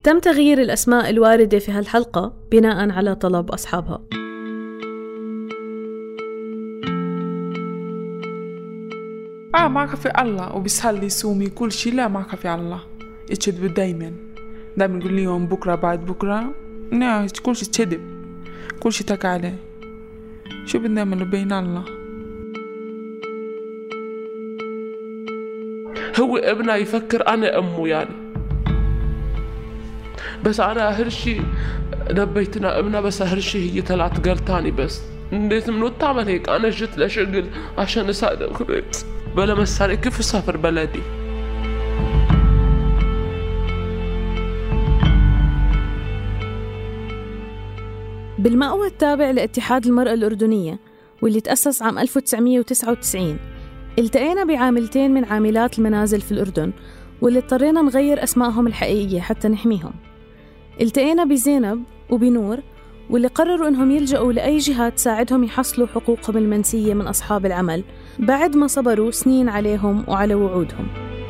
تم تغيير الأسماء الواردة في هالحلقة بناء على طلب أصحابها. ما خفي الله وبيصلي صومي كل شي، لا ما خفي الله يتشدب دايما يقول لي يوم بكرة بعد بكرة، لا كل شي تشدب، كل شي تك عليه. شو بدنا نعمل بين الله؟ هو ابنها يفكر أنا أمه يعني، بس أنا هرشي نبيتنا ابنها، بس هرشي هي طلعت قلتاني، بس لازم نو تعمل هيك. أنا جيت لشغل عشان أساعدك بلا مساري، كيف أسافر بلدي؟ بالمأوى التابع لاتحاد المرأة الأردنية واللي تأسس عام 1999 التقينا بعاملتين من عاملات المنازل في الأردن واللي اضطرينا نغير أسمائهم الحقيقية حتى نحميهم. التقينا بزينب وبنور واللي قرروا إنهم يلجأوا لأي جهة تساعدهم يحصلوا حقوقهم المنسية من أصحاب العمل بعد ما صبروا سنين عليهم وعلى وعودهم.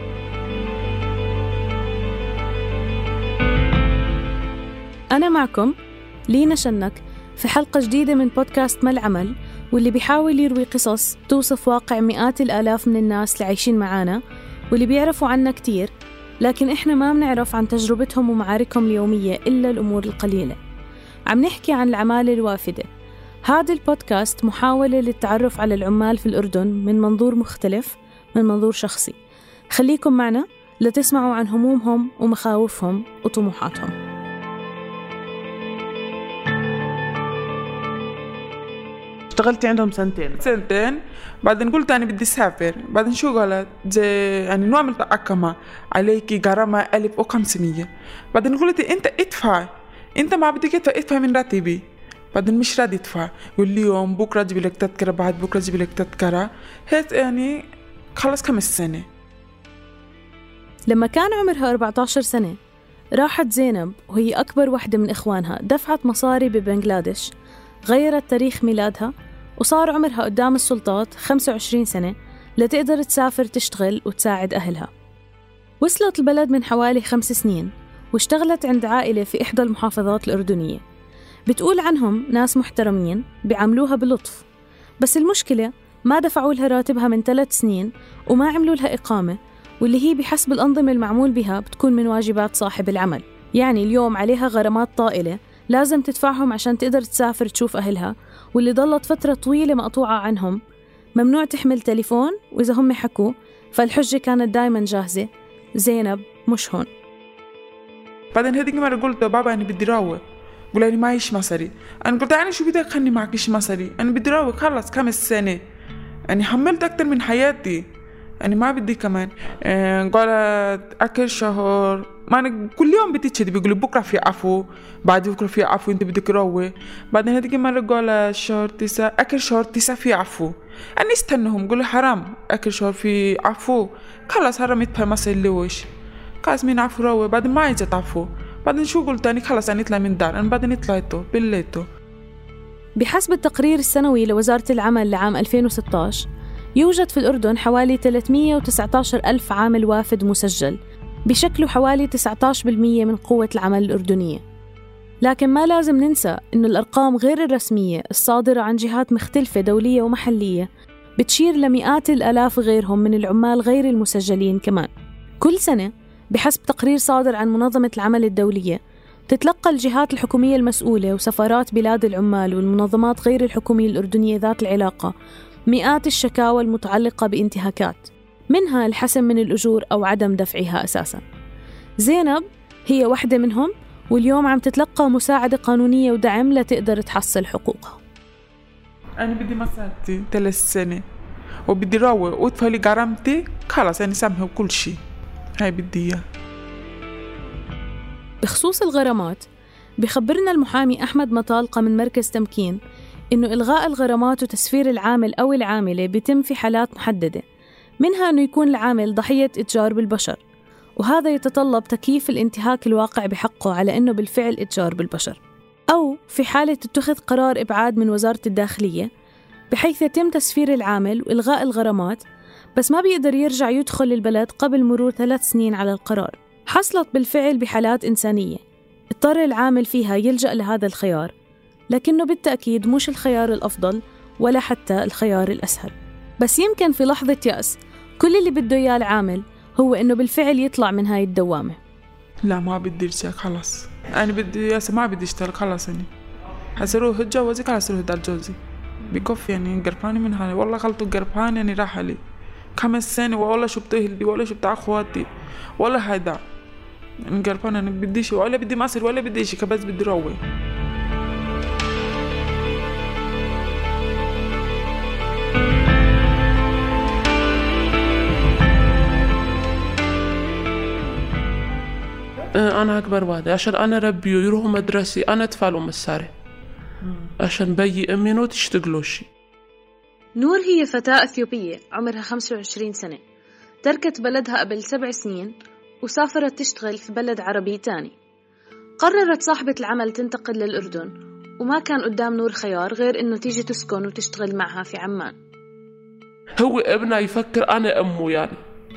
أنا معكم لينا شنك في حلقة جديدة من بودكاست ما العمل، واللي بيحاول يروي قصص توصف واقع مئات الآلاف من الناس اللي عايشين معانا واللي بيعرفوا عنا كتير، لكن إحنا ما بنعرف عن تجربتهم ومعاركهم اليومية إلا الأمور القليلة. عم نحكي عن العمالة الوافدة. هذا البودكاست محاولة للتعرف على العمال في الأردن من منظور مختلف، من منظور شخصي. خليكم معنا لتسمعوا عن همومهم ومخاوفهم وطموحاتهم. اشتغلت عندهم سنتين، بعدين قلت أنا بدي أسافر. بعدين شو قالت زي يعني نعمل تأكمة عليكي غرامة 1500. بعدين قلت أنت ادفع، أنت ما بدك ادفع من راتبي. بعدين مش راضي ادفع، يقول لي يوم بكرة جيب لك تذكرة، بعد بكرة جيب لك تذكرة. هيك يعني خلص 5 سنة. لما كان عمرها 14 سنة راحت زينب وهي أكبر واحدة من إخوانها، دفعت مصاري ببنغلاديش، غيرت تاريخ ميلادها وصار عمرها قدام السلطات 25 سنة لتقدر تسافر تشتغل وتساعد أهلها. وصلت البلد من حوالي 5 سنين واشتغلت عند عائلة في إحدى المحافظات الأردنية. بتقول عنهم ناس محترمين بيعاملوها بلطف، بس المشكلة ما دفعوا لها راتبها من 3 سنين وما عملوا لها إقامة، واللي هي بحسب الأنظمة المعمول بها بتكون من واجبات صاحب العمل. يعني اليوم عليها غرامات طائلة لازم تدفعهم عشان تقدر تسافر تشوف أهلها، واللي ضلت فترة طويلة مقطوعة عنهم. ممنوع تحمل تليفون، وإذا هم حكوا فالحجة كانت دايما جاهزة: زينب مش هون. بعدين هذيك مرة قلت بابا أنا بدي راوق، قال لي معيش مصري. أنا قلت أنا شو بدي أخلي معكش مصري، أنا بدي راوق خلص 5 سنة، يعني حملت أكتر من حياتي، يعني ما بدي كمان. قالت أكل شهر، ما أنا كل يوم بتتشد بيقولوا بكرة في عفو، بعد بكرة في عفو، أنت بدك روي. بعدين هذيك مرة قال شهر 9 أكل شهر 9 في عفو. أنا استنهم قولوا حرام أكل شهر في عفو، خلاص حرام يدفع مصر اللي وش خلاص مين عفو روي. بعدين ما عايزة عفو. بعدين شو قلت أنا خلاص أنا أطلع من دار. أنا بعدين طلعته بليته. بحسب التقرير السنوي لوزارة العمل لعام 2016 يوجد في الأردن حوالي 319 ألف عامل وافد مسجل، بشكله حوالي 19% من قوة العمل الأردنية. لكن ما لازم ننسى إنه الأرقام غير الرسمية الصادرة عن جهات مختلفة دولية ومحلية بتشير لمئات الآلاف غيرهم من العمال غير المسجلين كمان. كل سنة بحسب تقرير صادر عن منظمة العمل الدولية تتلقى الجهات الحكومية المسؤولة وسفارات بلاد العمال والمنظمات غير الحكومية الأردنية ذات العلاقة مئات الشكاوى المتعلقة بانتهاكات، منها الحسم من الأجور أو عدم دفعها أساساً. زينب هي واحدة منهم، واليوم عم تتلقى مساعدة قانونية ودعم لتقدر تحصل حقوقها. أنا بدي مساعدتي 3 سنة وبدي راوق وادفع لي غرامتي، خلاص أنا سامحه كل شيء، هاي بدي إياه. بخصوص الغرامات بخبرنا المحامي أحمد مطالقة من مركز تمكين إنه إلغاء الغرامات وتسفير العامل أو العاملة بيتم في حالات محددة، منها إنه يكون العامل ضحية إتجار بالبشر، وهذا يتطلب تكييف الانتهاك الواقع بحقه على إنه بالفعل إتجار بالبشر، أو في حالة اتخذ قرار إبعاد من وزارة الداخلية بحيث يتم تسفير العامل وإلغاء الغرامات، بس ما بيقدر يرجع يدخل البلد قبل مرور 3 سنين على القرار. حصلت بالفعل بحالات إنسانية، بيضطر العامل فيها يلجأ لهذا الخيار، لكنه بالتأكيد مش الخيار الأفضل ولا حتى الخيار الأسهل. بس يمكن في لحظة يأس كل اللي بده إياه العامل هو إنه بالفعل يطلع من هاي الدوامة. لا ما بدي ارجع خلاص، أنا بدي ما بدي اشتغل خلاص، أنا حسروه اتجوزي خلاص روح دار جوزي بكف يعني قرفاني من هاي والله خلطوا قرفاني يعني راح لي 5 سنين ولا شفت أهلي ولا شفت أخواتي ولا هيدا قرفان. أنا بدي شيء ولا بدي مصر ولا بدي شيء بس بدي روي. أنا أكبر واحدة عشان أنا ربي يروحوا مدرسة، أنا أدفعلهم مصاري عشان بيي أمي نو تشتغلوشي. نور هي فتاة أثيوبية عمرها 25 سنة، تركت بلدها قبل 7 سنين وسافرت تشتغل في بلد عربي تاني. قررت صاحبة العمل تنتقل للأردن، وما كان قدام نور خيار غير إنه تيجي تسكن وتشتغل معها في عمان. هو ابنها يفكر أنا أمه يعني،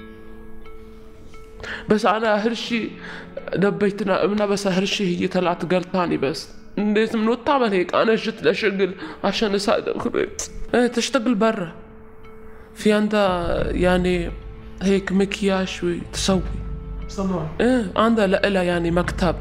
بس أنا هرشي دبيتنا ابنها، بس هرشي هي طلعت قلتاني بس لازم نو تعمل هيك. أنا جيت لشغل عشان أساعد تشتغل برا، في عندها يعني هيك مكياج شوي تسوي صنوع عندها لها يعني مكتب.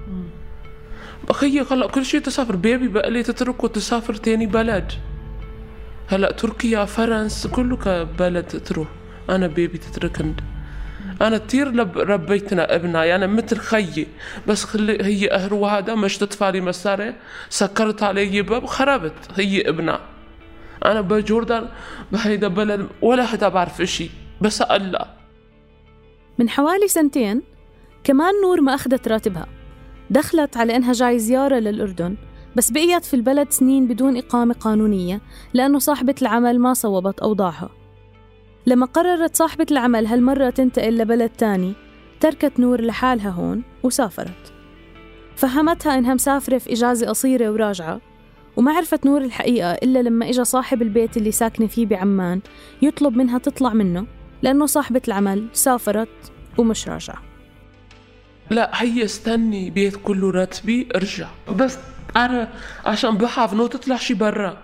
أخي خلق كل شيء تسافر، بيبي بقلي تترك وتسافر تاني بلد. هلأ تركيا فرنسا كله كبلد تروح، أنا بيبي تتركند. أنا كتير ربيتنا ابنها يعني مثل خيي، بس خلي هي أهرو هذا مش تدفع لي مصاري، سكرت علي باب خربت هي ابنها. أنا بجوردن بهيدا بلد ولا حدا بعرف إشي بس الله. من حوالي 2 سنين كمان نور ما أخذت راتبها، دخلت على إنها جاي زيارة للأردن، بس بقيت في البلد سنين بدون إقامة قانونية لأنه صاحبة العمل ما صوبت أوضاعها. لما قررت صاحبة العمل هالمرة تنتقل لبلد تاني، تركت نور لحالها هون وسافرت. فهمتها إنها مسافرة في إجازة قصيرة وراجعة، وما عرفت نور الحقيقة إلا لما إجا صاحب البيت اللي ساكنة فيه بعمان يطلب منها تطلع منه لأنه صاحبة العمل سافرت ومش راجعة. لا هي استني بيت كله راتبي ارجع، بس أنا عشان بخاف نو تطلع شي برا.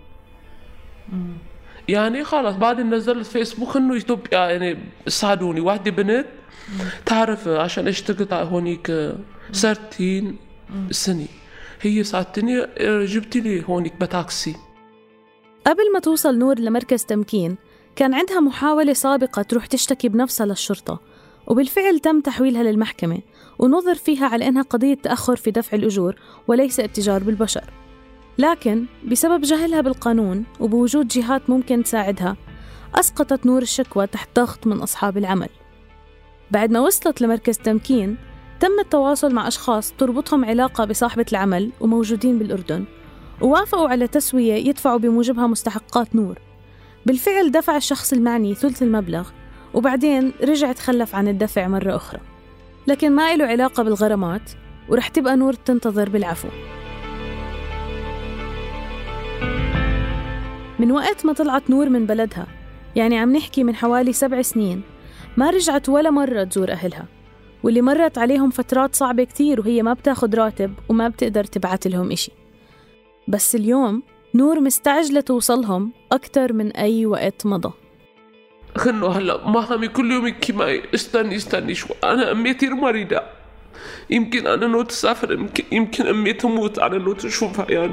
يعني خلاص بعدين نزلت فيسبوك انه يكتب يعني ساعدوني واحدة بنت تعرف عشان اشتغلت هونيك 13 سنة، هي ساعدتني جبت لي هونيك بتاكسي. قبل ما توصل نور لمركز تمكين كان عندها محاولة سابقة تروح تشتكي بنفسها للشرطة، وبالفعل تم تحويلها للمحكمة ونظر فيها على أنها قضية تأخر في دفع الأجور وليس اتجار بالبشر. لكن بسبب جهلها بالقانون وبوجود جهات ممكن تساعدها، أسقطت نور الشكوى تحت ضغط من أصحاب العمل. بعد ما وصلت لمركز تمكين تم التواصل مع أشخاص تربطهم علاقة بصاحبة العمل وموجودين بالأردن، ووافقوا على تسوية يدفعوا بموجبها مستحقات نور. بالفعل دفع الشخص المعني ثلث المبلغ، وبعدين رجع تخلف عن الدفع مرة أخرى، لكن ما له علاقة بالغرامات، ورح تبقى نور تنتظر بالعفو. من وقت ما طلعت نور من بلدها، يعني عم نحكي من حوالي 7 سنين، ما رجعت ولا مرة تزور أهلها، واللي مرت عليهم فترات صعبة كتير وهي ما بتاخد راتب وما بتقدر تبعت لهم إشي. بس اليوم نور مستعجلة توصلهم أكتر من أي وقت مضى. خنو هلا مامي كل يوم يحكي معي استني شو، أنا أمي كتير مريضة، يمكن أنا نو تسافر، يمكن أمي تموت، أنا نو تشوفها يعني.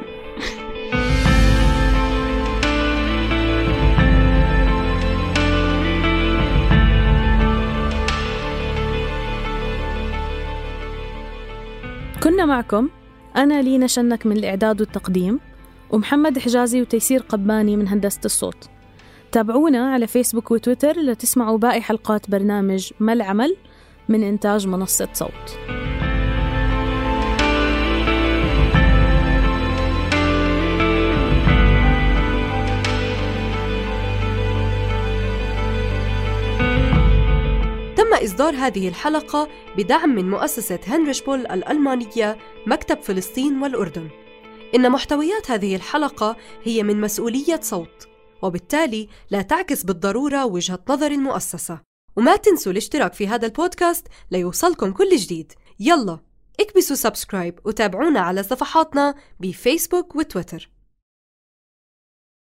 كنا معكم أنا لينا شنك من الإعداد والتقديم، ومحمد حجازي وتيسير قباني من هندسة الصوت. تابعونا على فيسبوك وتويتر لتسمعوا باقي حلقات برنامج ما العمل من إنتاج منصة صوت. تم إصدار هذه الحلقة بدعم من مؤسسة هنريش بول الألمانية مكتب فلسطين والأردن. إن محتويات هذه الحلقة هي من مسؤولية صوت، وبالتالي لا تعكس بالضرورة وجهة نظر المؤسسة. وما تنسوا الاشتراك في هذا البودكاست ليوصلكم كل جديد. يلا اكبسوا سبسكرايب وتابعونا على صفحاتنا بفيسبوك وتويتر.